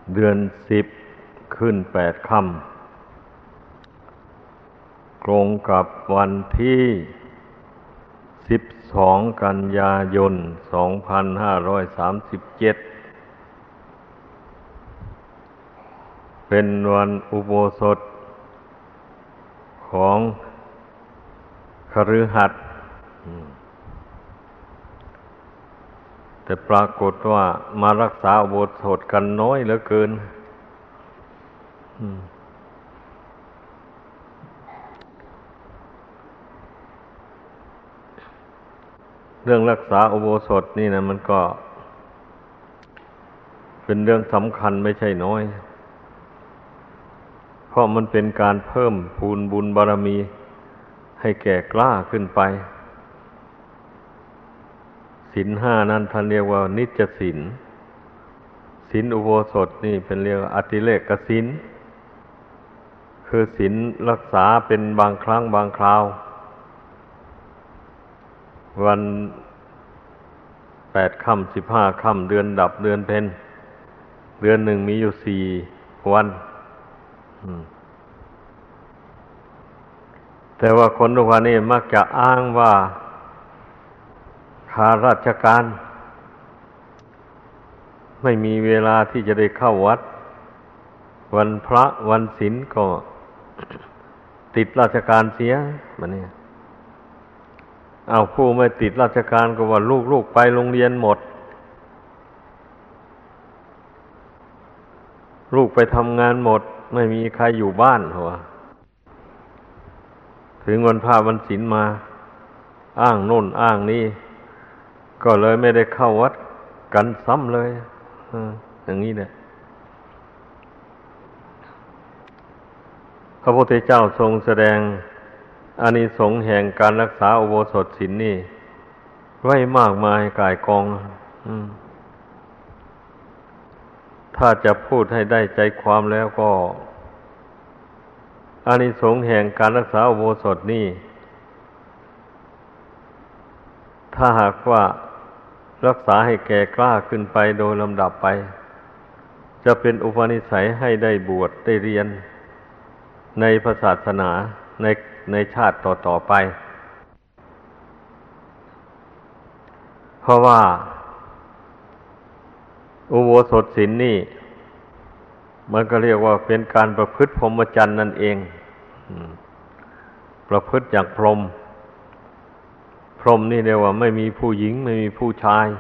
เดือน10ขึ้น8 ค่ำตรงกับวันที่12 กันยายน2537เป็นวันอุโบสถของคฤหัสถ์แต่ปรากฏว่ามารักษาอุโบสถกันน้อยเหลือเกินเรื่องรักษาอุโบสถนี่นะมันก็เป็นเรื่องสำคัญไม่ใช่น้อยเพราะมันเป็นการเพิ่มพูนบุญบารมีให้แก่กล้าขึ้นไปศีลห้านั้นท่านเรียกว่านิจจศีลศีลอุโบสถนี่เป็นเรียกว่าอติเรกศีลคือศีลรักษาเป็นบางครั้งบางคราววัน8 ค่ำ15 ค่ำเดือนดับเดือนเพ็ญเดือนหนึ่งมีอยู่4 วันแต่ว่าคนทุกวันนี้มักจะอ้างว่าข้าราชการไม่มีเวลาที่จะได้เข้าวัดวันพระวันศีลก็ติดราชการเสียบัดนี้เอาผู้ไม่ติดราชการก็ว่าลูกๆไปโรงเรียนหมดลูกไปทำงานหมดไม่มีใครอยู่บ้านหัวถึงวันพระวันศีลมาอ้างโน่นอ้างนี่ก็เลยไม่ได้เข้าวัดกันซ้ำเลยอย่างนี้แหละพระพุทธเจ้าทรงแสดงอานิสงส์แห่งการรักษาอุโบสถศีลนี่ไว้มากมายก่ายกองถ้าจะพูดให้ได้ใจความแล้วก็อานิสงส์แห่งการรักษาอุโบสถนี่ถ้าหากว่ารักษาให้แก่กล้าขึ้นไปโดยลำดับไปจะเป็นอุปนิสัยให้ได้บวชได้เรียนในพระศาสนาในชาติต่อๆไปเพราะว่าอุโบสถศีลนี่มันก็เรียกว่าเป็นการประพฤติพรหมจรรย์นั่นเองประพฤติอย่างพรหมพรหมนี่เรียกว่าไม่มีผู้หญิงไม่มีผู้ชาย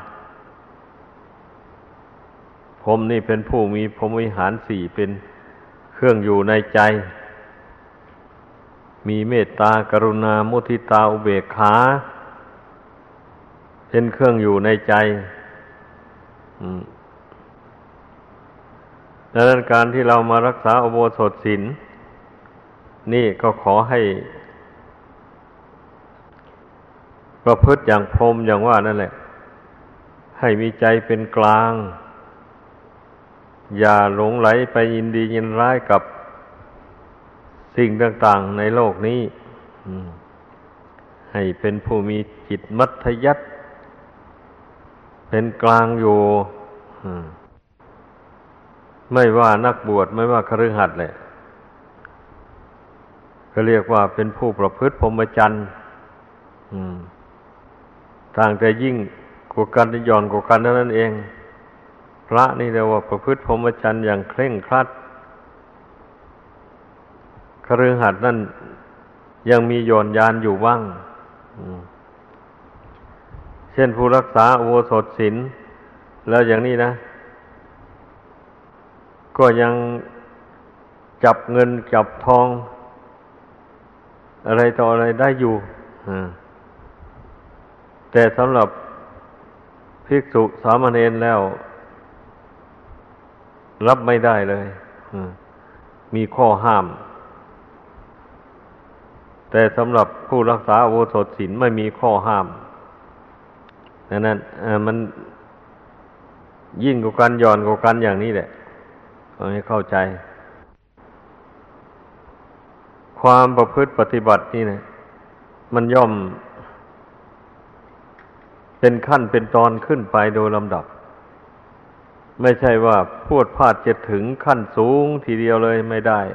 พรหมนี่เป็นผู้มีพรหมวิหาร4เป็นเครื่องอยู่ในใจมีเมตตากรุณามุทิตาอุเบกขาเป็นเครื่องอยู่ในใจดังนั้นการที่เรามารักษาอุโบสถศีลนี่ก็ขอให้ประพฤติอย่างพรหมอย่างว่านั่นแหละให้มีใจเป็นกลางอย่าหลงไหลไปยินดียินร้ายกับสิ่งต่างๆในโลกนี้ให้เป็นผู้มีจิตมัธยัสถ์เป็นกลางอยู่ไม่ว่านักบวชไม่ว่าคฤหัสถ์แหละก็เรียกว่าเป็นผู้ประพฤติพรหมจรรย์ต่างแต่ยิ่งกว่ากันหย่อนกว่ากันเท่านั้นเองพระนี่เรียกว่าประพฤติพรหมจรรย์อย่างเคร่งครัดคฤหัสถ์นั่นยังมีหย่อนยานอยู่บ้างเช่นผู้รักษาอุโบสถศีลแล้วอย่างนี้นะก็ยังจับเงินจับทองอะไรต่ออะไรได้อยู่แต่สำหรับภิกษุสามเณรแล้วรับไม่ได้เลยมีข้อห้ามแต่สำหรับผู้รักษาอุโบสถศีลไม่มีข้อห้ามดังนั้นมันยิ่งกว่ากันหย่อนกว่ากันอย่างนี้แหละต้องให้เข้าใจความประพฤติปฏิบัตินี่นะมันย่อมเป็นขั้นเป็นตอนขึ้นไปโดยลำดับไม่ใช่ว่าพรวดพลาดจะถึงขั้นสูงทีเดียวเลยไม่ได้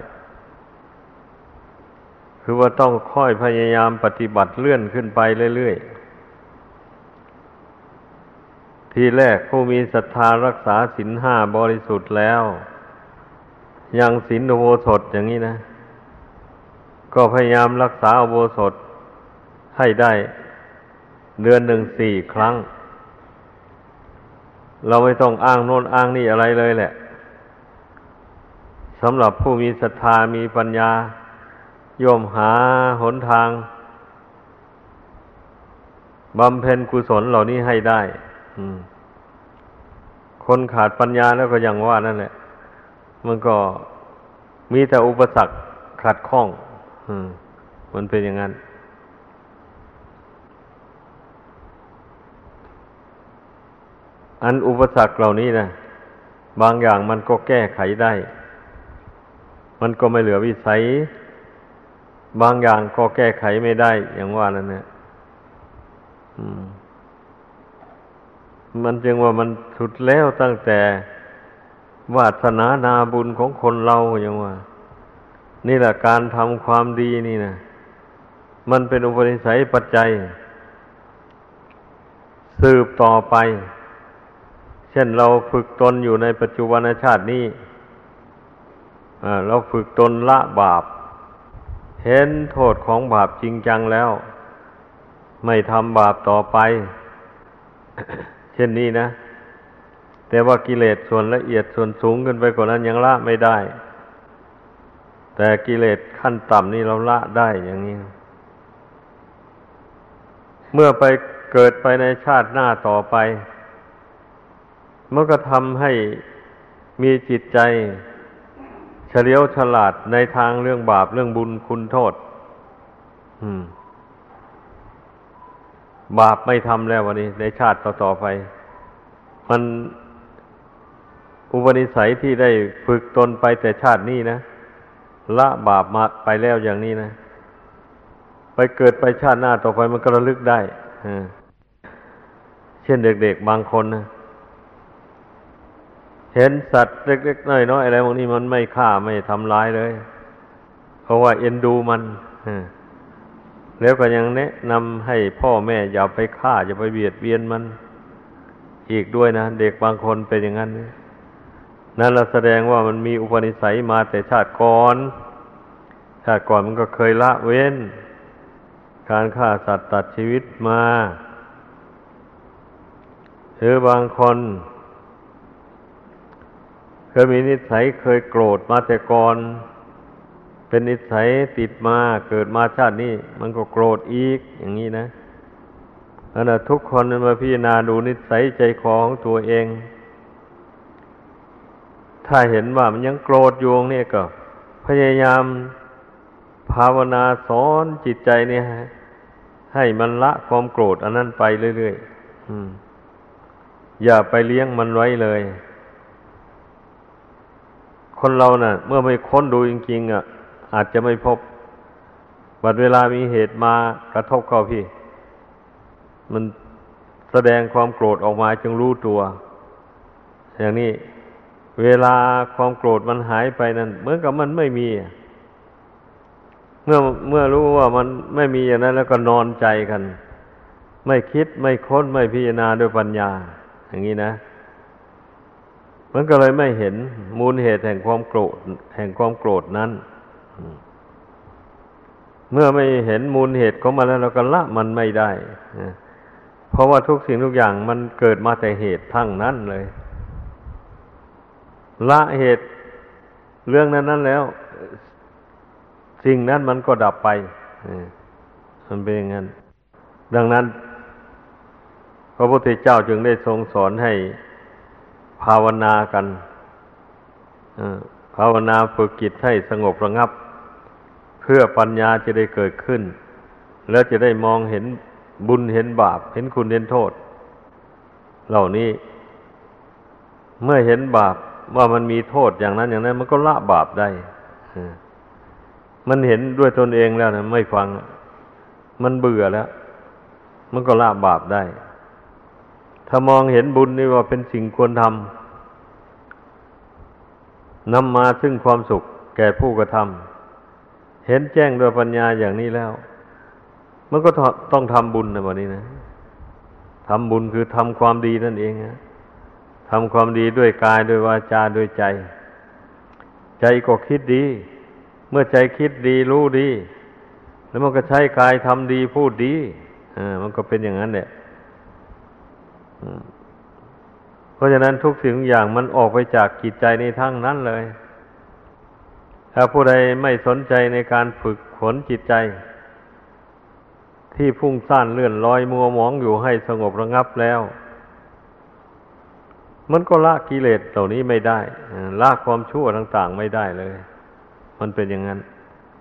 คือว่าต้องค่อยพยายามปฏิบัติเลื่อนขึ้นไปเรื่อยๆทีแรกผู้มีศรัทธารักษาศีลห้าบริสุทธิ์แล้วยังศีลอุโบสถอย่างนี้นะก็พยายามรักษาอุโบสถให้ได้เดือนหนึ่ง4 ครั้งเราไม่ต้องอ้างโน่นอ้างนี่อะไรเลยแหละสำหรับผู้มีศรัทธามีปัญญาย่อมหาหนทางบำเพ็ญกุศลเหล่านี้ให้ได้คนขาดปัญญาแล้วก็อย่างว่านั่นแหละมันก็มีแต่อุปสรรคขัดข้องมันเป็นอย่างนั้นอันอุปสรรคเหล่านี้นะบางอย่างมันก็แก้ไขได้มันก็ไม่เหลือวิสัยบางอย่างก็แก้ไขไม่ได้อย่างว่านั่นเนี่ยมันจึงว่ามันสุดแล้วตั้งแต่วาสนานาบุญของคนเราอย่างว่านี่แหละการทำความดีนี่นะมันเป็นอุปนิสัยปัจจัยสืบต่อไปเช่นเราฝึกตนอยู่ในปัจจุบันชาตินี้เราฝึกตนละบาปเห็นโทษของบาปจริงจังแล้วไม่ทำบาปต่อไป เช่นนี้นะแต่ว่ากิเลสส่วนละเอียดส่วนสูงขึ้นไปกว่านั้นยังละไม่ได้แต่กิเลสขั้นต่ำนี่เราละได้อย่างนี้เมื่อไปเกิดไปในชาติหน้าต่อไปมันก็ทำให้มีจิตใจเฉลียวฉลาดในทางเรื่องบาปเรื่องบุญคุณโทษบาปไม่ทำแล้ววันนี้ในชาติต่อๆไปมันอุปนิสัยที่ได้ฝึกตนไปแต่ชาตินี้นะละบาปมาไปแล้วอย่างนี้นะไปเกิดไปชาติหน้าต่อไปมันก็ระลึกได้เช่นเด็กๆบางคนนะเห็นสัตว์เล็กๆน้อยๆอะไรพวกนี้มันไม่ฆ่าไม่ทำร้ายเลยเพราะว่าเอ็นดูมันแล้วก็ยังแนะนำให้พ่อแม่อย่าไปฆ่าอย่าไปเบียดเบียนมันอีกด้วยนะเด็กบางคนเป็นอย่างนั้นนั่นเราแสดงว่ามันมีอุปนิสัยมาแต่ชาติก่อนมันก็เคยละเว้นการฆ่าสัตว์ตัดชีวิตมาหรือบางคนเคยมีนิสัยเคยโกรธมาแต่ก่อนเป็นนิสัยติดมาเกิดมาชาตินี้มันก็โกรธอีกอย่างนี้นะอันนั้นทุกคนมาพิจารณาดูนิสัยใจคอของตัวเองถ้าเห็นว่ามันยังโกรธอยู่นี่ก็พยายามภาวนาสอนจิตใจเนี่ยให้มันละความโกรธอันนั้นไปเรื่อยๆอย่าไปเลี้ยงมันไว้เลยคนเราน่ะเมื่อไม่ค้นดูจริงๆอาจจะไม่พบบัดเวลามีเหตุมากระทบเข้าพี่มันแสดงความโกรธออกมาจึงรู้ตัวอย่างนี้เวลาความโกรธมันหายไปนั่นเหมือนกับมันไม่มีเมื่อรู้ว่ามันไม่มีอย่างนั้นแล้วก็นอนใจกันไม่คิดไม่ค้นไม่พิจารณาด้วยปัญญาอย่างนี้นะมันก็เลยไม่เห็นมูลเหตุแห่งความโกรธนั้นเมื่อไม่เห็นมูลเหตุของมันแล้วเราก็ละมันไม่ได้เพราะว่าทุกสิ่งทุกอย่างมันเกิดมาแต่เหตุทั้งนั้นเลยละเหตุเรื่องนั้นแล้วสิ่งนั้นมันก็ดับไปมันเป็นอย่างนั้นดังนั้นพระพุทธเจ้าจึงได้ทรงสอนให้ภาวนากันภาวนาฝึกจิตให้สงบระงับเพื่อปัญญาจะได้เกิดขึ้นแล้วจะได้มองเห็นบุญเห็นบาปเห็นคุณเห็นโทษเหล่านี้เมื่อเห็นบาปว่ามันมีโทษอย่างนั้นอย่างนั้นมันก็ละบาปได้มันเห็นด้วยตนเองแล้วนะไม่ฟังมันเบื่อแล้วมันก็ละบาปได้ถ้ามองเห็นบุญนี่ว่าเป็นสิ่งควรทนำมาซึ่งความสุขแก่ผู้กระทำเห็นแจ้งด้วยปัญญาอย่างนี้แล้วมันก็ต้องทำบุญนะวันนี้นะทำบุญคือทำความดีนั่นเองนะทำความดีด้วยกายด้วยวาจาด้วยใจใจก็คิดดีเมื่อใจคิดดีรู้ดีแล้วมันก็ใช้กายทำดีพูดดีมันก็เป็นอย่างนั้นแหละเพราะฉะนั้นทุกสิ่งทุกอย่างมันออกไปจากจิตใจในทั้งนั้นเลยถ้าผู้ใดไม่สนใจในการฝึกฝนจิตใจที่พุ่งซ่านเลื่อนลอยมัวหมองอยู่ให้สงบระงับแล้วมันก็ละกิเลสเหล่านี้ไม่ได้ละความชั่วต่างๆไม่ได้เลยมันเป็นอย่างนั้น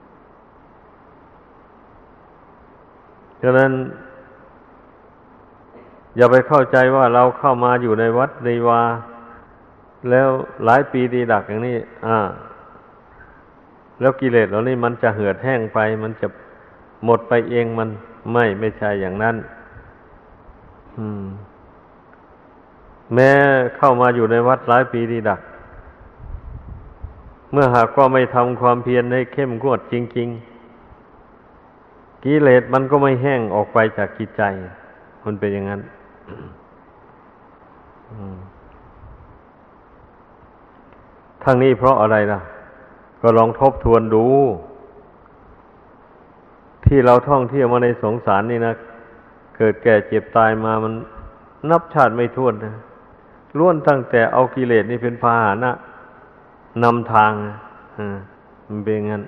ฉะนั้นอย่าไปเข้าใจว่าเราเข้ามาอยู่ในวัดในวาแล้วหลายปีดีดักอย่างนี้แล้วกิเลสเหล่านี้มันจะเหือดแห้งไปมันจะหมดไปเองมันไม่ใช่อย่างนั้นแม้เข้ามาอยู่ในวัดหลายปีดีดักเมื่อหากว่าไม่ทำความเพียรให้เข้มงวดจริงๆกิเลสมันก็ไม่แห้งออกไปจากจิตใจมันเป็นอย่างนั้นทั้งนี้เพราะอะไรล่ะก็ลองทบทวนดูที่เราท่องเที่ยวมาในสงสารนี่นะเกิดแก่เจ็บตายมามันนับชาติไม่ถ้วนนะล้วนตั้งแต่เอากิเลสนี่เป็นพาหนะนำทางมันเป็นงั้น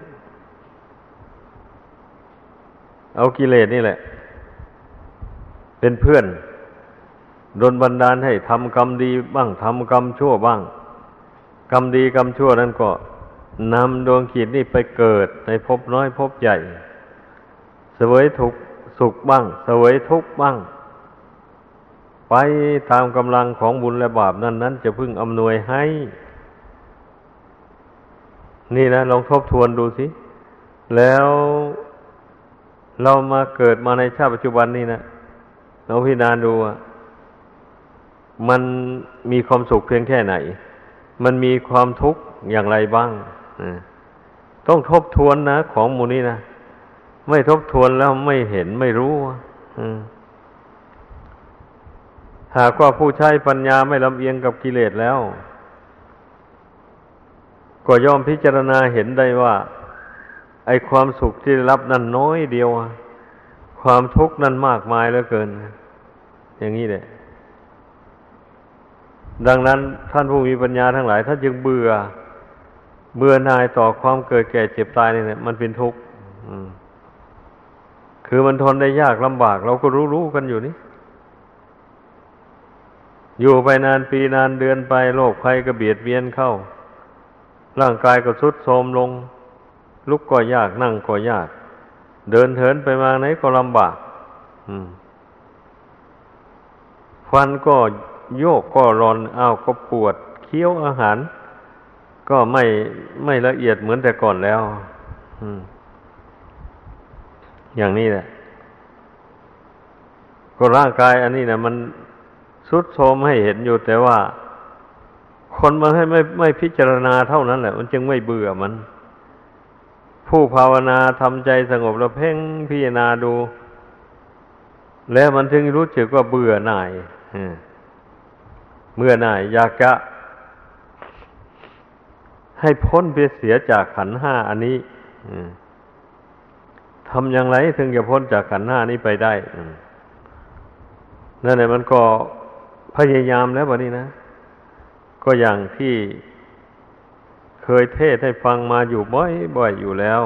เอากิเลสนี่แหละเป็นเพื่อนดลบันดาลให้ทำกรรมดีบ้างทำกรรมชั่วบ้างกรรมดีกรรมชั่วนั้นก็นำดวงจิตนี่ไปเกิดในภพน้อยภพใหญ่เสวยทุกข์สุขบ้างเสวยทุกข์บ้างไปตามกำลังของบุญและบาปนั้นจะพึงอำนวยให้นี่นะลองทบทวนดูสิแล้วเรามาเกิดมาในชาติปัจจุบันนี่นะเราพิจารณาดูว่ามันมีความสุขเพียงแค่ไหนมันมีความทุกข์อย่างไรบ้างต้องทบทวนนะของหมู่นี้นะไม่ทบทวนแล้วไม่เห็นไม่รู้หากว่าผู้ใช้ปัญญาไม่ลำเอียงกับกิเลสแล้วก็ย่อมพิจารณาเห็นได้ว่าไอ้ความสุขที่ได้รับนั้นน้อยเดียวความทุกข์นั้นมากมายเหลือเกินอย่างนี้แหละดังนั้นท่านผู้มีปัญญาทั้งหลายท่านจึงเบื่อหน่ายต่อความเกิดแก่เจ็บตายนี่แหละมันเป็นทุกข์คือมันทนได้ยากลำบากเราก็รู้กันอยู่นี่อยู่ไปนานปีนานเดือนไปโรคภัยก็เบียดเบียนเข้าร่างกายก็ทรุดโทรมลงลุกก็ยากนั่งก็ยากเดินเหินไปมาไหนก็ลำบากฟันก็โยกก็ร้อนก็ปวดเคี้ยวอาหารก็ไม่ละเอียดเหมือนแต่ก่อนแล้วอย่างนี้แหละก็ร่างกายอันนี้นะมันทรุดโทรมให้เห็นอยู่แต่ว่าคนมันให้ไม่พิจารณาเท่านั้นแหละมันจึงไม่เบื่อมันผู้ภาวนาทำใจสงบแล้วเพ่งพิจารณาดูแล้วมันถึงรู้สึกว่าเบื่อหน่ายเมื่อหน่ายอยากจะให้พ้นไปเสียจากขันธ์ห้าอันนี้ทำอย่างไรถึงจะพ้นจากขันธ์ห้านี้ไปได้นั่นแหละมันก็พยายามแล้วบัดนี้นะก็อย่างที่เคยเทศให้ฟังมาอยู่บ่อยอยู่แล้ว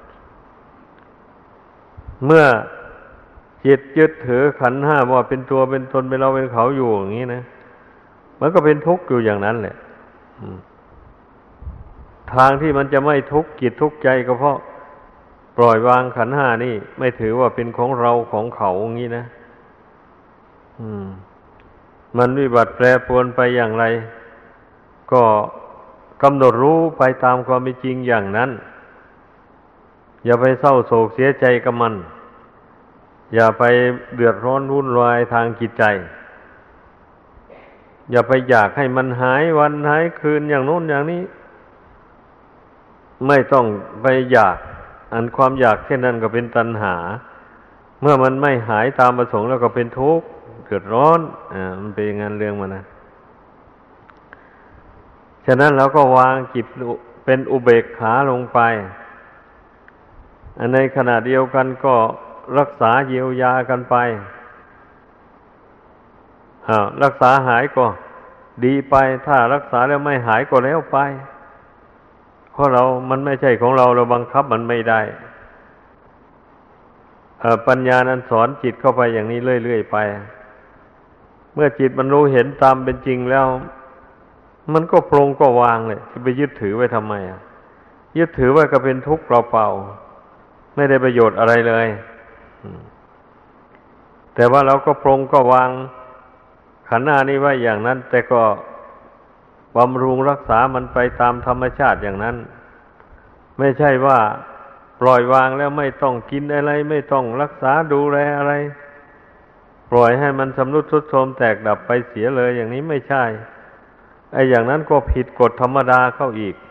เมื่อจิตยึดถือขันธ์ห้าว่าเป็นตัวเป็นตนเป็นเราเป็นเขาอยู่อย่างนี้นะมันก็เป็นทุกข์อยู่อย่างนั้นแหละทางที่มันจะไม่ทุกข์จิตทุกข์ใจก็เพราะปล่อยวางขันธ์ห้านี่ไม่ถือว่าเป็นของเราของเขาอย่างนี้นะมันวิบัติแปรปรวนไปอย่างไรก็กำหนดรู้ไปตามความเป็นจริงอย่างนั้นอย่าไปเศร้าโศกเสียใจกับมันอย่าไปเดือดร้อนวุ่นวายทางจิตใจอย่าไปอยากให้มันหายวันหายคืนอย่างโน้นอย่างนี้ไม่ต้องไปอยากอันความอยากเช่นนั้นก็เป็นตัณหาเมื่อมันไม่หายตามประสงค์แล้วก็เป็นทุกข์เดือดร้อนมันเป็นอย่างนั้นเรื่องมันนะฉะนั้นเราก็วางจิตเป็นอุเบกขาลงไปในขณะเดียวกันก็รักษาเยียวยากันไปรักษาหายก็ดีไปถ้ารักษาแล้วไม่หายก็แล้วไปเพราะมันไม่ใช่ของเราบังคับมันไม่ได้ปัญญานั้นสอนจิตเข้าไปอย่างนี้เรื่อยๆไปเมื่อจิตมันรู้เห็นตามเป็นจริงแล้วมันก็ปรงก็วางเลยจะไปยึดถือไว้ทำไมยึดถือไว้ก็เป็นทุกข์เปล่าๆไม่ได้ประโยชน์อะไรเลยแต่ว่าเราก็ปรงก็วางขันธ์หน้านี้ไว้อย่างนั้นแต่ก็บำรุงรักษามันไปตามธรรมชาติอย่างนั้นไม่ใช่ว่าปล่อยวางแล้วไม่ต้องกินอะไรไม่ต้องรักษาดูแลอะไรปล่อยให้มันสำรุดทรุดโทรมแตกดับไปเสียเลยอย่างนี้ไม่ใช่อย่างนั้นก็ผิดกฎธรรมดาเข้าอีก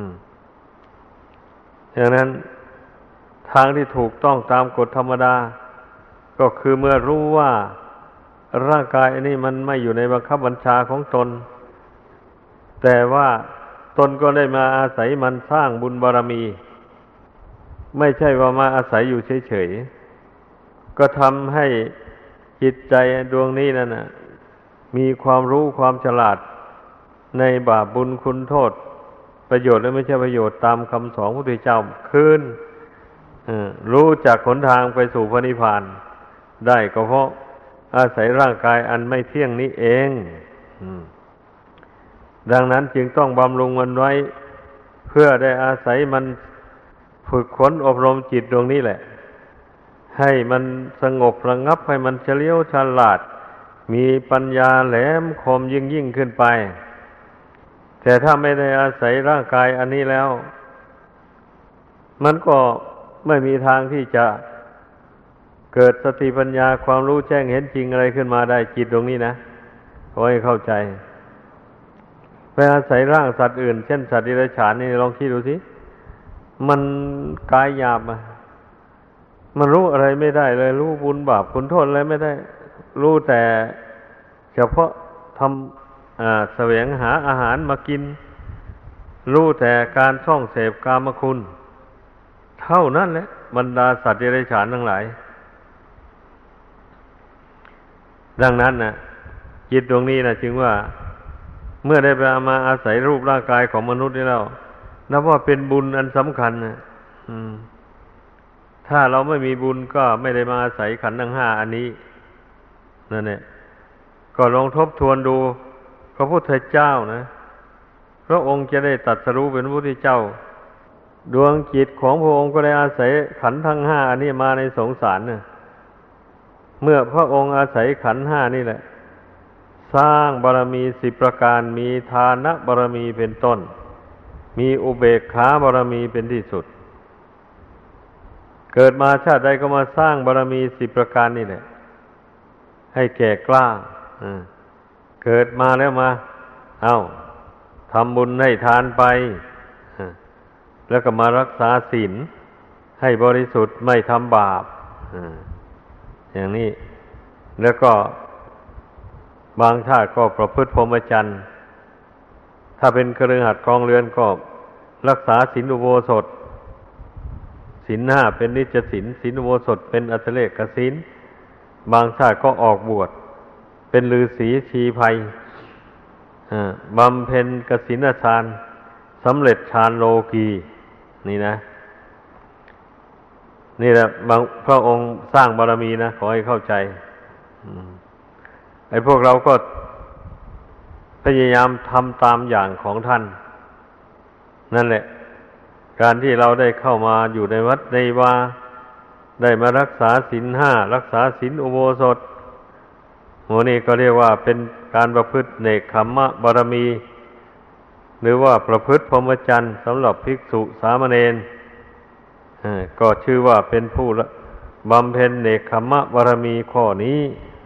อย่างนั้นทางที่ถูกต้องตามกฎธรรมดาก็คือเมื่อรู้ว่าร่างกายอันนี้มันไม่อยู่ในบังคับบัญชาของตนแต่ว่าตนก็ได้มาอาศัยมันสร้างบุญบารมีไม่ใช่ว่ามาอาศัยอยู่เฉยๆก็ทำให้จิตใจดวงนี้นั่นน่ะมีความรู้ความฉลาดในบาปบุญคุณโทษประโยชน์และไม่ใช่ประโยชน์ตามคำสอนพระพุทธเจ้าขึ้นรู้จักหนทางไปสู่พระนิพพานได้ก็เพราะอาศัยร่างกายอันไม่เที่ยงนี้เองดังนั้นจึงต้องบำรุงมันไว้เพื่อได้อาศัยมันฝึกฝนอบรมจิตดวงนี้แหละให้มันสงบระงับให้มันเฉลียวฉลาดมีปัญญาแหลมคมยิ่งขึ้นไปแต่ถ้าไม่ได้อาศัยร่างกายอันนี้แล้วมันก็ไม่มีทางที่จะเกิดสติปัญญาความรู้แจ้งเห็นจริงอะไรขึ้นมาได้จิตตรงนี้นะขอให้เข้าใจไปอาศัยร่างสัตว์อื่นเช่นสัตว์เดรัจฉานนี่ลองคิดดูสิมันกายหยาบมันรู้อะไรไม่ได้เลยรู้บุญบาปคุณโทษอะไรไม่ได้รู้แต่เฉพาะทำแสวงหาอาหารมากินรู้แต่การท่องเสพกามคุณเท่านั้นแหละบรรดาสัตว์เดรัจฉานทั้งหลายดังนั้นนะจิตดวงนี้นะจึงว่าเมื่อได้มาอาศัยรูปร่างกายของมนุษย์นี่แล้วนับว่าเป็นบุญอันสำคัญนะถ้าเราไม่มีบุญก็ไม่ได้มาอาศัยขันธ์ทั้งห้าอันนี้นั่นแหละก็ลองทบทวนดูพระพุทธเจ้านะพระองค์จะได้ตรัสรู้เป็นพระพุทธเจ้าดวงจิตของพระองค์ก็ได้อาศัยขันธ์ทั้งห้าอันนี้มาในสงสารนะเมื่อพระองค์อาศัยขันธ์ห้านี่แหละสร้างบารมี10ประการมีทานบารมีเป็นต้นมีอุเบกขาบารมีเป็นที่สุดเกิดมาชาติใดก็มาสร้างบารมี10ประการนี่แหละให้แก่กล้าเกิดมาแล้วมาทำบุญให้ทานไปแล้วก็มารักษาศีลให้บริสุทธิ์ไม่ทำบาปอย่างนี้แล้วก็บางชาติก็ประพฤติพรหมจรรย์ถ้าเป็นคฤหัสถ์ครองเรือนก็รักษาศีลอุโบสถศีล5เป็นนิจศีลศีลอุโบสถเป็นอัตเลกศีลบางชาติก็ออกบวชเป็นฤาษีชีไพรบำเพ็ญกสิณฌานสำเร็จฌานโลกีนี่นะนี่แหละบางพระองค์สร้างบารมีนะขอให้เข้าใจไอ้พวกเราก็พยายามทำตามอย่างของท่านนั่นแหละการที่เราได้เข้ามาอยู่ในวัดในวาได้มารักษาศีล5รักษาศีลอุโบสถโหนี่ก็เรียกว่าเป็นการประพฤติเนกขัมมะบารมีหรือว่าประพฤติพรหมจรรย์สำหรับภิกษุสามเณรก็ชื่อว่าเป็นผู้บำเพ็ญเนกขัมมะบารมีข้อนี้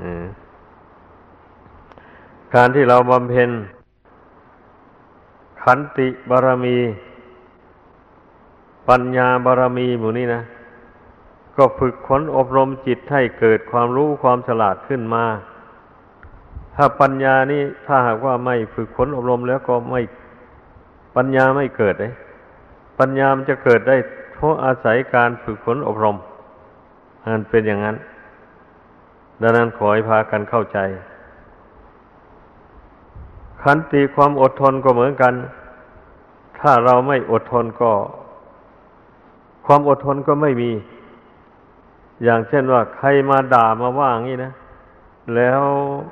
การที่เราบำเพ็ญขันติบารมีปัญญาบารมีหมู่นี้นะก็ฝึกฝนอบรมจิตให้เกิดความรู้ความฉลาดขึ้นมาถ้าปัญญานี่ถ้าหากว่าไม่ฝึกฝนอบรมแล้วก็ไม่ปัญญาไม่เกิดเลยปัญญามันจะเกิดได้เพราะอาศัยการฝึกฝนอบรมมันเป็นอย่างนั้นดังนั้นขอให้พากันเข้าใจขันติความอดทนก็เหมือนกันถ้าเราไม่อดทนก็ความอดทนก็ไม่มีอย่างเช่นว่าใครมาด่ามาว่าอย่างนี้นะแล้ว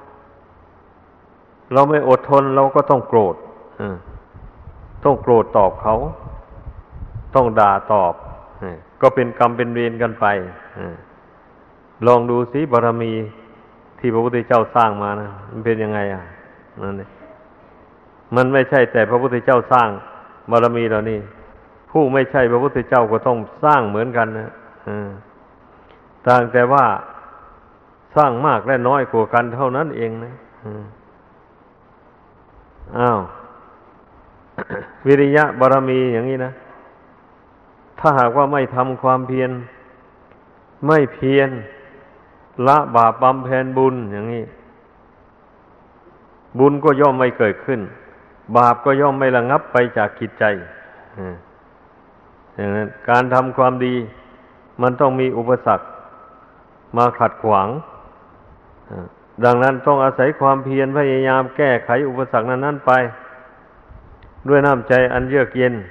เราไม่อดทนเราก็ต้องโกรธต้องโกรธตอบเขาต้องด่าตอบก็เป็นกรรมเป็นเวรกันไปลองดูสิบารมีที่พระพุทธเจ้าสร้างมานะมันเป็นยังไงนั่นเองมันไม่ใช่แต่พระพุทธเจ้าสร้างบารมีเหล่านี้ผู้ไม่ใช่พระพุทธเจ้าก็ต้องสร้างเหมือนกันนะต่างแต่ว่าสร้างมากและน้อยกว่ากันเท่านั้นเองนะอ้าว วิริยะบารมีอย่างนี้นะถ้าหากว่าไม่ทำความเพียรไม่เพียรละบาปบำเพ็ญบุญอย่างนี้บุญก็ย่อมไม่เกิดขึ้นบาปก็ย่อมไม่ระงับไปจากจิตใจอย่างนั้นการทำความดีมันต้องมีอุปสรรคมาขัดขวางดังนั้นต้องอาศัยความเพียรพยายามแก้ไขอุปสรรคนั้นๆไปด้วยน้ำใจอันเยือกเย็น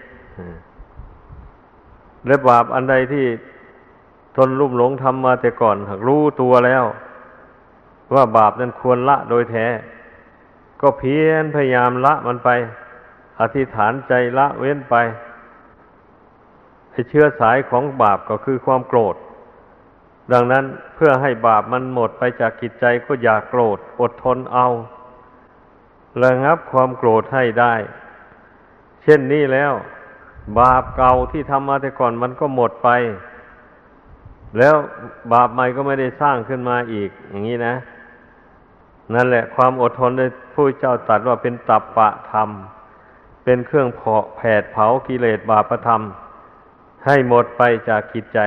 และบาปอันใดที่ตนลุ่มหลงทำมาแต่ก่อนหากรู้ตัวแล้วว่าบาปนั้นควรละโดยแท้ก็เพียรพยายามละมันไปอธิษฐานใจละเว้นไปให้เชื้อสายของบาปก็คือความโกรธดังนั้นเพื่อให้บาปมันหมดไปจากจิตใจก็อย่าโกรธอดทนเอาระงับความโกรธให้ได้เช่นนี้แล้วบาปเก่าที่ทำมาแต่ก่อนมันก็หมดไปแล้วบาปใหม่ก็ไม่ได้สร้างขึ้นมาอีกอย่างนี้นะนั่นแหละความอดทนได้ผู้เจ้าตรัสว่าเป็นตัปปะธรรมเป็นเครื่องแผดเผากิเลสบาปธรรมให้หมดไปจากจิตใจ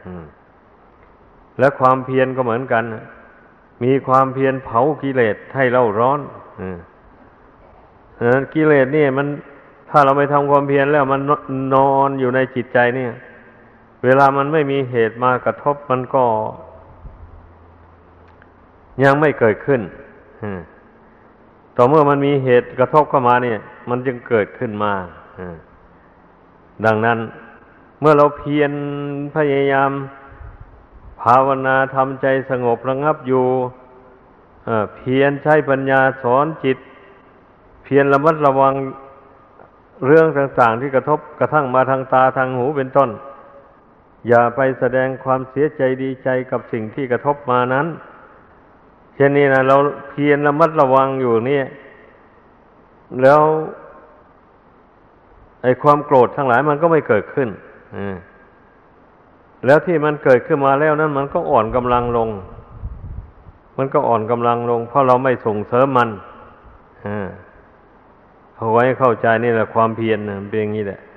และความเพียรก็เหมือนกันมีความเพียรเผากิเลสให้เร่าร้อนกิเลสนี่มันถ้าเราไม่ทำความเพียรแล้วมันนอนอยู่ในจิตใจเนี่ยเวลามันไม่มีเหตุมากระทบมันก็ยังไม่เกิดขึ้นต่อเมื่อมันมีเหตุกระทบเข้ามาเนี่ยมันจึงเกิดขึ้นมาดังนั้นเมื่อเราเพียรพยายามภาวนาทำใจสงบระงับอยู่เพียรใช้ปัญญาสอนจิตเพียรระมัดระวังเรื่องต่างๆที่กระทบกระทั่งมาทางตาทางหูเป็นต้นอย่าไปแสดงความเสียใจดีใจกับสิ่งที่กระทบมานั้นเช่นนี้นะเราเพียรระมัดระวังอยู่นี่แล้วไอ้ความโกรธทั้งหลายมันก็ไม่เกิดขึ้นแล้วที่มันเกิดขึ้นมาแล้วนั้นมันก็อ่อนกำลังลงเพราะเราไม่ส่งเสริมมันเอาไว้เข้าใจนี่แหละความเพียรนะเป็นอย่างนี้แหละ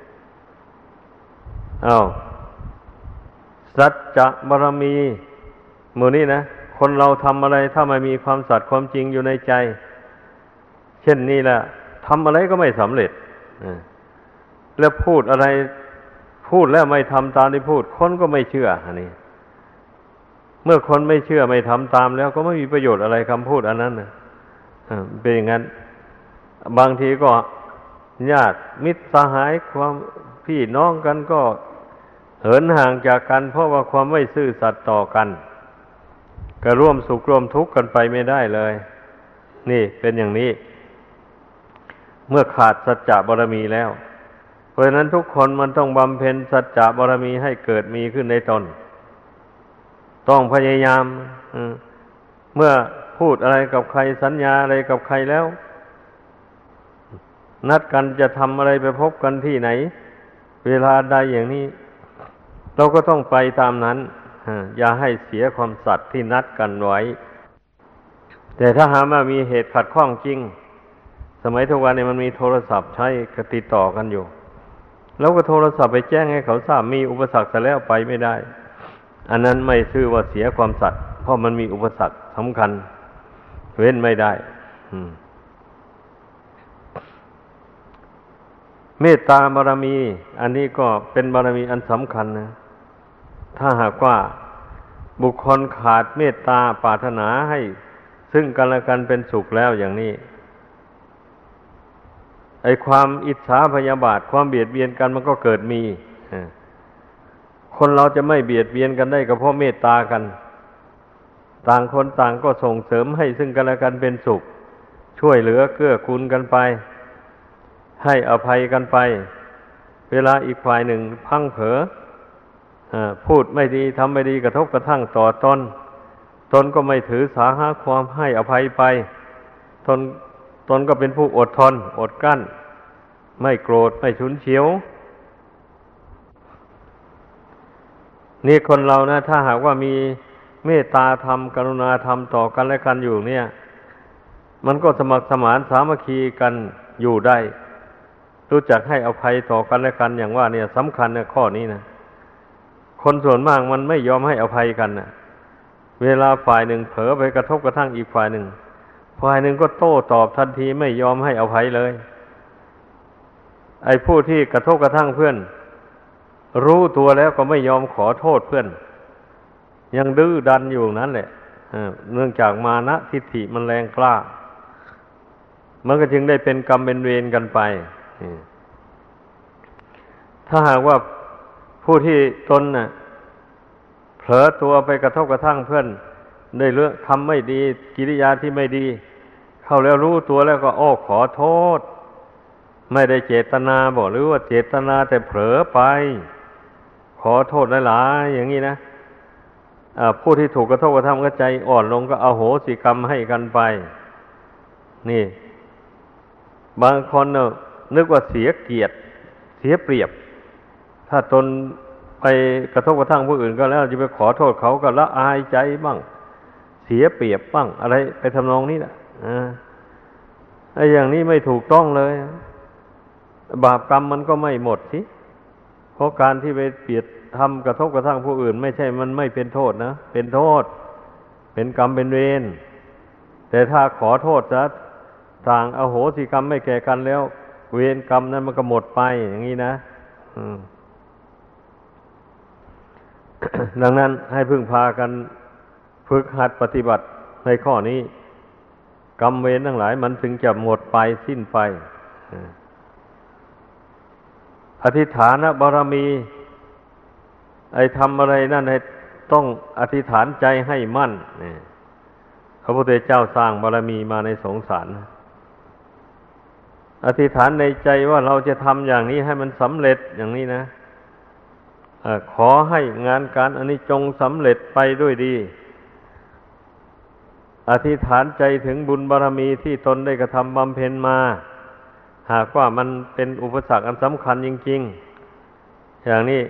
สัจจะบารมีหมู่นี้นะคนเราทำอะไรถ้าไม่มีความสัตย์ความจริงอยู่ในใจเช่นนี้แหละทำอะไรก็ไม่สำเร็จแล้วพูดอะไรพูดแล้วไม่ทำตามที่พูดคนก็ไม่เชื่ออันนี้เมื่อคนไม่เชื่อไม่ทำตามแล้วก็ไม่มีประโยชน์อะไรคำพูดอันนั้นเป็นอย่างนั้นบางทีก็ญาติมิตรสหายความพี่น้องกันก็เหินห่างจากกันเพราะว่าความไม่ซื่อสัตย์ต่อกันก็ร่วมสุขร่วมทุกข์กันไปไม่ได้เลยนี่เป็นอย่างนี้เมื่อขาดสัจจะบารมีแล้วเพราะฉะนั้นทุกคนมันต้องบำเพ็ญสัจจะบารมีให้เกิดมีขึ้นในตนต้องพยายามเมื่อพูดอะไรกับใครสัญญาอะไรกับใครแล้วนัดกันจะทำอะไรไปพบกันที่ไหนเวลาใดอย่างนี้เราก็ต้องไปตามนั้นอย่าให้เสียความสัตย์ที่นัดกันไว้แต่ถ้าหากว่ามีเหตุขัดข้องจริงสมัยทุกวันนี้มันมีโทรศัพท์ใช้ติดต่อกันอยู่แล้วก็โทรศัพท์ไปแจ้งให้เขาทราบมีอุปสรรคแต่แล้วไปไม่ได้อันนั้นไม่ชื่อว่าเสียความสัตย์เพราะมันมีอุปสรรคสำคัญเว้นไม่ได้เมตตาบารมีอันนี้ก็เป็นบารมีอันสำคัญนะถ้าหากว่าบุคคลขาดเมตตาปรารถนาให้ซึ่งกันและกันเป็นสุขแล้วอย่างนี้ไอ้ความอิจฉาพยาบาทความเบียดเบียนกันมันก็เกิดมีคนเราจะไม่เบียดเบียนกันได้ก็เพราะเมตตากันต่างคนต่างก็ส่งเสริมให้ซึ่งกันและกันเป็นสุขช่วยเหลือเกื้อกูลกันไปให้อภัยกันไปเวลาอีกฝ่ายหนึ่งพลั้งเผลอพูดไม่ดีทำไม่ดีกระทบกระทั่งต่อตนก็ไม่ถือสาหาความให้อภัยไปตนก็เป็นผู้อดทนอดกลั้นไม่โกรธไม่ฉุนเฉียวนี่คนเรานะถ้าหากว่ามีเมตตาธรรมกรุณาธรรมต่อกันและกันอยู่เนี่ยมันก็สมัครสมานสามัคคีกันอยู่ได้รู้จักให้อภัยต่อกันและกันอย่างว่าเนี่ยสำคัญในข้อนี้นะคนส่วนมากมันไม่ยอมให้อภัยกันนะเวลาฝ่ายหนึ่งเผลอไปกระทบกระทั่งอีกฝ่ายหนึ่งก็โต้ตอบทันทีไม่ยอมให้อภัยเลยไอ้ผู้ที่กระทบกระทั่งเพื่อนรู้ตัวแล้วก็ไม่ยอมขอโทษเพื่อนยังดื้อดันอยู่นั่นแหละเนื่องจากมานะทิฏฐิมันแรงกล้ามันก็จึงได้เป็นกรรมเป็นเวรกันไปถ้าหากว่าผู้ที่ตนน่ะเผลอตัวไปกระทบกระทั่งเพื่อนได้เรื่องทำไม่ดีกิริยาที่ไม่ดีเข้าแล้วรู้ตัวแล้วก็ขอโทษไม่ได้เจตนาบอกหรือว่าเจตนาแต่เผลอไปขอโทษหลายๆอย่างนี้นะผู้ที่ถูกกระทบกระทั่งก็ใจอ่อนลงก็อโหสิกรรมให้กันไปนี่บางคนเนอะนึกว่าเสียเกียรติเสียเปรียบถ้าตนไปกระทบกระทั่งผู้อื่นก็แล้วจะไปขอโทษเขาก็ละอายใจบ้างเสียเปรียบบ้างอะไรไปทำนองนี้นะไอ้อย่างนี้ไม่ถูกต้องเลยบาปกรรมมันก็ไม่หมดสิเพราะการที่ไปเปียดทำกระทบกระทั่งผู้อื่นไม่ใช่มันไม่เป็นโทษนะเป็นโทษเป็นกรรมเป็นเวรแต่ถ้าขอโทษจะต่างอโหสิกรรมไม่แก่กันแล้วเวรกรรมนั้นมันก็หมดไปอย่างนี้นะดังนั้นให้พึ่งพากันฝึกหัดปฏิบัติในข้อนี้กรรมเวรทั้งหลายมันถึงจะหมดไปสิ้นไปอธิษฐานบารมีทำอะไรนั่นให้ต้องอธิษฐานใจให้มั่นพระพุทธเจ้าสร้างบารมีมาในสงสารอธิษฐานในใจว่าเราจะทำอย่างนี้ให้มันสำเร็จอย่างนี้นะขอให้งานการอันนี้จงสำเร็จไปด้วยดีอธิษฐานใจถึงบุญบารมีที่ตนได้กระทำบำเพ็ญมาหากว่ามันเป็นอุปสรรคอันสำคัญจริงๆอย่างนี้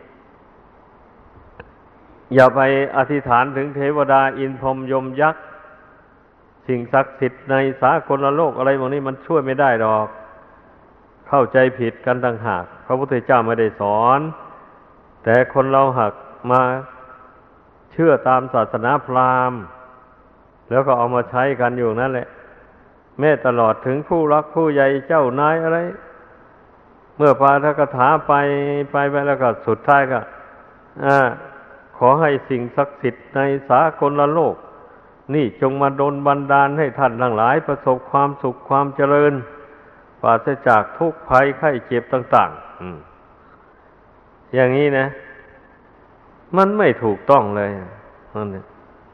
อย่าไปอธิษฐานถึงเทวดาอินทร์พรหมยมยักษ์สิ่งศักดิ์สิทธิ์ในสากลโลกอะไรพวกนี้มันช่วยไม่ได้หรอกเข้าใจผิดกันต่างหากพระพุทธเจ้าไม่ได้สอนแต่คนเราหักมาเชื่อตามศาสนาพราหมณ์แล้วก็เอามาใช้กันอยู่นั่นแหละแม้ตลอดถึงผู้รักผู้ใหญ่เจ้านายอะไรเมื่อปาฐกถาไปแล้วก็สุดท้ายก็ขอให้สิ่งศักดิ์สิทธิ์ในสากลโลกนี่จงมาดลบันดาลให้ท่านทั้งหลายประสบความสุขความเจริญปราศจากทุกข์ภัยไข้เจ็บต่างๆอย่างนี้นะมันไม่ถูกต้องเลยนั่นแหละ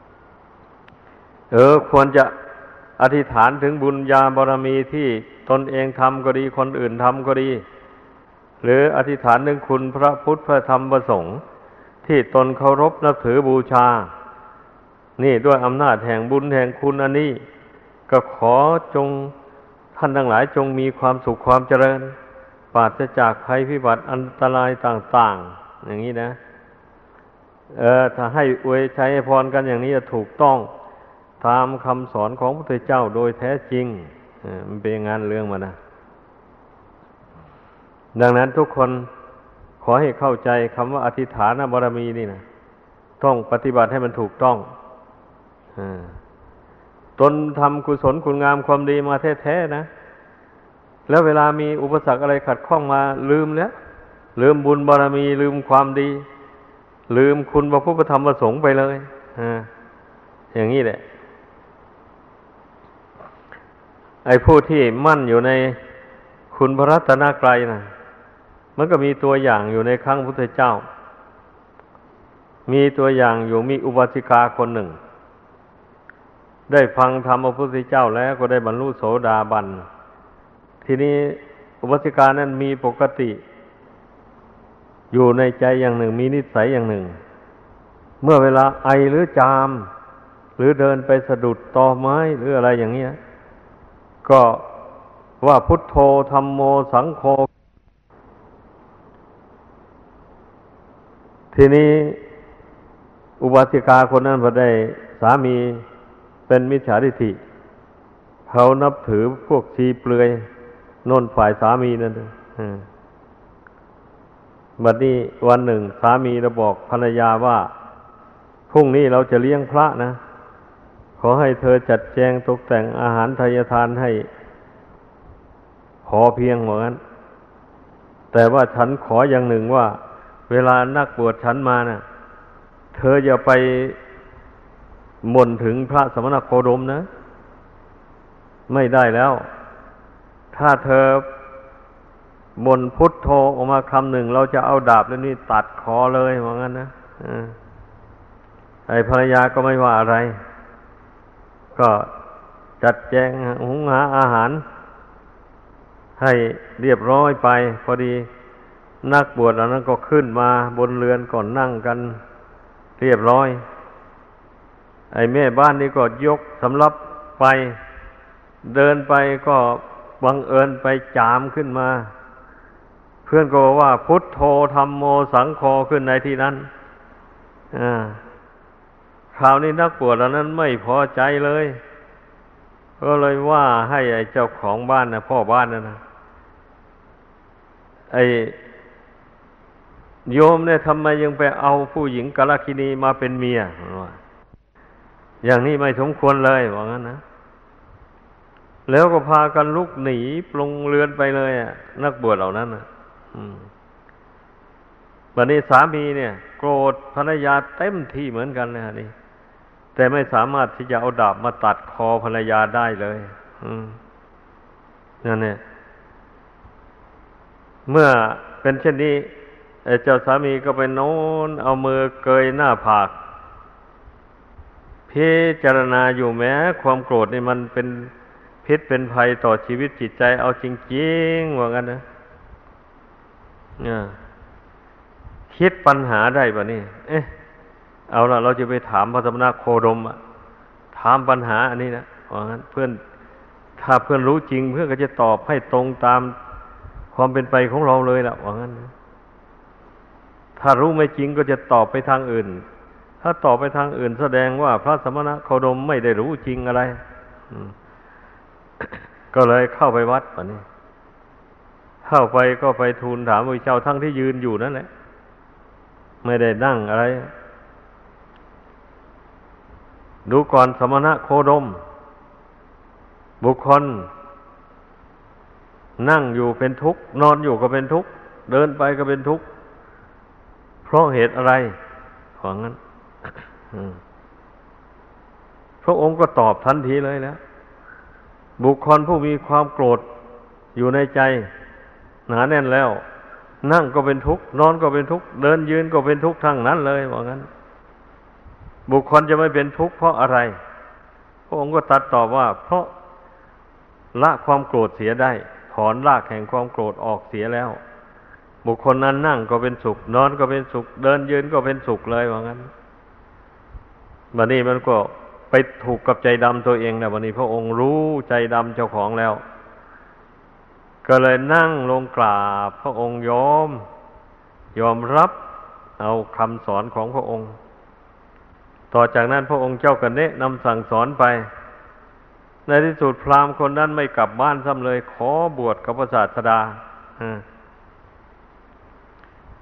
ควรจะอธิษฐานถึงบุญญาบารมีที่ตนเองทำก็ดีคนอื่นทำก็ดีหรืออธิษฐานถึงคุณพระพุทธพระธรรมพระสงฆ์ที่ตนเคารพนับถือบูชานี่ด้วยอำนาจแห่งบุญแห่งคุณอันนี้ก็ขอจงท่านทั้งหลายจงมีความสุขความเจริญปราศจากภัยพิบัติอันตรายต่างๆอย่างนี้นะถ้าให้อวยชัยให้พรกันอย่างนี้จะถูกต้องตามคำสอนของพระพุทธเจ้าโดยแท้จริงมันเป็นงานเรื่องมานะดังนั้นทุกคนขอให้เข้าใจคำว่าอธิษฐานบารมีนี่นะต้องปฏิบัติให้มันถูกต้องตนทำกุศลคุณงามความดีมาแท้ๆนะแล้วเวลามีอุปสรรคอะไรขัดข้องมาลืมแล้วลืมบุญบารมีลืมความดีลืมคุณพระพุทธธรรมประสงค์ไปเลยอย่างนี้แหละไอ้ผู้ที่มั่นอยู่ในคุณพระรัตนกรัยนะมันก็มีตัวอย่างอยู่ในครั้งพุทธเจ้ามีตัวอย่างอยู่มีอุบาสิกาคนหนึ่งได้ฟังธรรมพระพุทธเจ้าแล้วก็ได้บรรลุโสดาบันทีนี้อุบาสิกานั้นมีปกติอยู่ในใจอย่างหนึ่งมีนิสัยอย่างหนึ่งเมื่อเวลาไอหรือจามหรือเดินไปสะดุดตอไม้หรืออะไรอย่างเงี้ยก็ว่าพุทโธธัมโมสังโฆทีนี้อุบาสิกาคนนั้นพอได้สามีเป็นมิจฉาทิฏฐิเขานับถือพวกชีเปลือยโน่นฝ่ายสามีนั่นบัดนี้วันหนึ่งสามีเราบอกภรรยาว่าพรุ่งนี้เราจะเลี้ยงพระนะขอให้เธอจัดแจงตกแต่งอาหารทายทานให้พอเพียงเหมือนกันแต่ว่าฉันขออย่างหนึ่งว่าเวลานักบวชฉันมานะเธออย่าไปบ่นถึงพระสมณโคดมนะไม่ได้แล้วถ้าเธอบ่นพุทโธออกมาคำหนึ่งเราจะเอาดาบแล้วนี่ตัดคอเลยว่างั้นนะไอ้ภรรยาก็ไม่ว่าอะไรก็จัดแจงหุงหาอาหารให้เรียบร้อยไปพอดีนักบวชเหล่านั้นก็ขึ้นมาบนเรือนก่อนนั่งกันเรียบร้อยไอ้แม่บ้านนี่ก็ยกสำรับไปเดินไปก็บังเอิญไปจามขึ้นมาเพื่อนก็ว่าพุทโธธัมโมสังโฆขึ้นในที่นั้นคราวนี้นักบวชเหล่านั้นไม่พอใจเลยก็เลยว่าให้ไอ้เจ้าของบ้านนะพ่อบ้านนะไอ้โยมเนี่ยทำไมยังไปเอาผู้หญิงกาลคิณีมาเป็นเมียอย่างนี้ไม่สมควรเลยว่างั้นนะแล้วก็พากันลุกหนีปลงเรือนไปเลยนักบวชเหล่านั้นบัดนี้สามีเนี่ยโกรธภรรยาเต็มที่เหมือนกันเลยนี่แต่ไม่สามารถที่จะเอาดาบมาตัดคอภรรยาได้เลยนั่นเนี่ยเมื่อเป็นเช่นนี้เจ้าสามีก็ไปโน้นเอามือเกยหน้าผากพิจารณาอยู่แม้ความโกรธนี่มันเป็นพิษเป็นภัยต่อชีวิตจิตใจเอาจริงๆว่างั้นนะคิดปัญหาได้ป่ะนี่เอาล่ะเราจะไปถามพระสมณโคดมถามปัญหาอันนี้นะว่างั้นเพื่อนถ้าเพื่อนรู้จริงเพื่อนก็จะตอบให้ตรงตามความเป็นไปของเราเลยล่ะว่างั้นนะถ้ารู้ไม่จริงก็จะตอบไปทางอื่นถ้าตอบไปทางอื่นแสดงว่าพระสมณโคดมไม่ได้รู้จริงอะไรก็เลยเข้าไปวัดป่ะนี่เข้าไปก็ไปทูลถามพระเจ้าทั้งที่ยืนอยู่นั่นแหละไม่ได้นั่งอะไรดูก่อนสมณโคดมบุคคลนั่งอยู่เป็นทุกข์นอนอยู่ก็เป็นทุกข์เดินไปก็เป็นทุกข์เพราะเหตุอะไรว่างั้นพระองค์ก็ตอบทันทีเลยแล้วบุคคลผู้มีความโกรธอยู่ในใจหนาแน่นแล้วนั่งก็เป็นทุกข์นอนก็เป็นทุกข์เดินยืนก็เป็นทุกข์ทั้งนั้นเลยว่างั้นบุคคลจะไม่เป็นทุกข์เพราะอะไรพระองค์ก็ตรัสตอบว่าเพราะละความโกรธเสียได้ถอนรากแห่งความโกรธออกเสียแล้วบุคคลนั้นนั่งก็เป็นสุขนอนก็เป็นสุขเดินยืนก็เป็นสุขเลยว่างั้นบัดนี้มันก็ไปถูกกับใจดำตัวเองแล้วบัดนี้พระองค์รู้ใจดำเจ้าของแล้วก็เลยนั่งลงกราบพระองค์ยอมรับเอาคำสอนของพระองค์ต่อจากนั้นพระองค์เจ้าก็แนะนำสั่งสอนไปในที่สุดพราหมณ์คนนั้นไม่กลับบ้านซ้ำเลยขอบวชกับพระศาสดา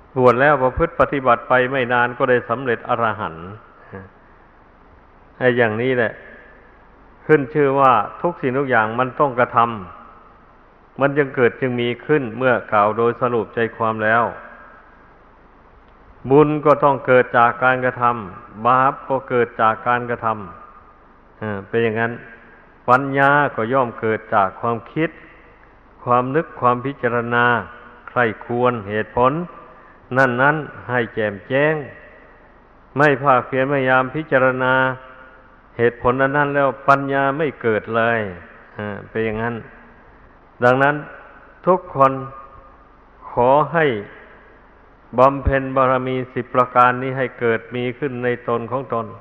บวชแล้วประพฤติปฏิบัติไปไม่นานก็ได้สำเร็จอรหันต์ไอ้อย่างนี้แหละขึ้นชื่อว่าทุกสิ่งทุกอย่างมันต้องกระทำมันจึงเกิดจึงมีขึ้นเมื่อกล่าวโดยสรุปใจความแล้วบุญก็ต้องเกิดจากการกระทำบาปก็เกิดจากการกระทำเป็นอย่างนั้นปัญญาก็ย่อมเกิดจากความคิดความนึกความพิจารณาใคร่ครวญเหตุผลนั่นให้แจ่มแจ้งไม่ภาคเพียรพยายามพิจารณาเหตุผลนั้นแล้วปัญญาไม่เกิดเลยเป็นอย่างนั้นดังนั้นทุกคนขอให้บำเพ็ญบารมี10ประการนี้ให้เกิดมีขึ้นในตนของตน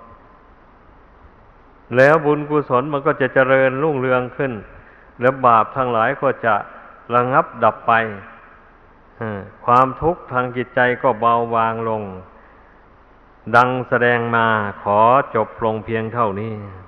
แล้วบุญกุศลมันก็จะเจริญรุ่งเรืองขึ้นแล้วบาปทั้งหลายก็จะระงับดับไปความทุกข์ทางจิตใจก็เบาบางลงดังแสดงมาขอจบลงเพียงเท่านี้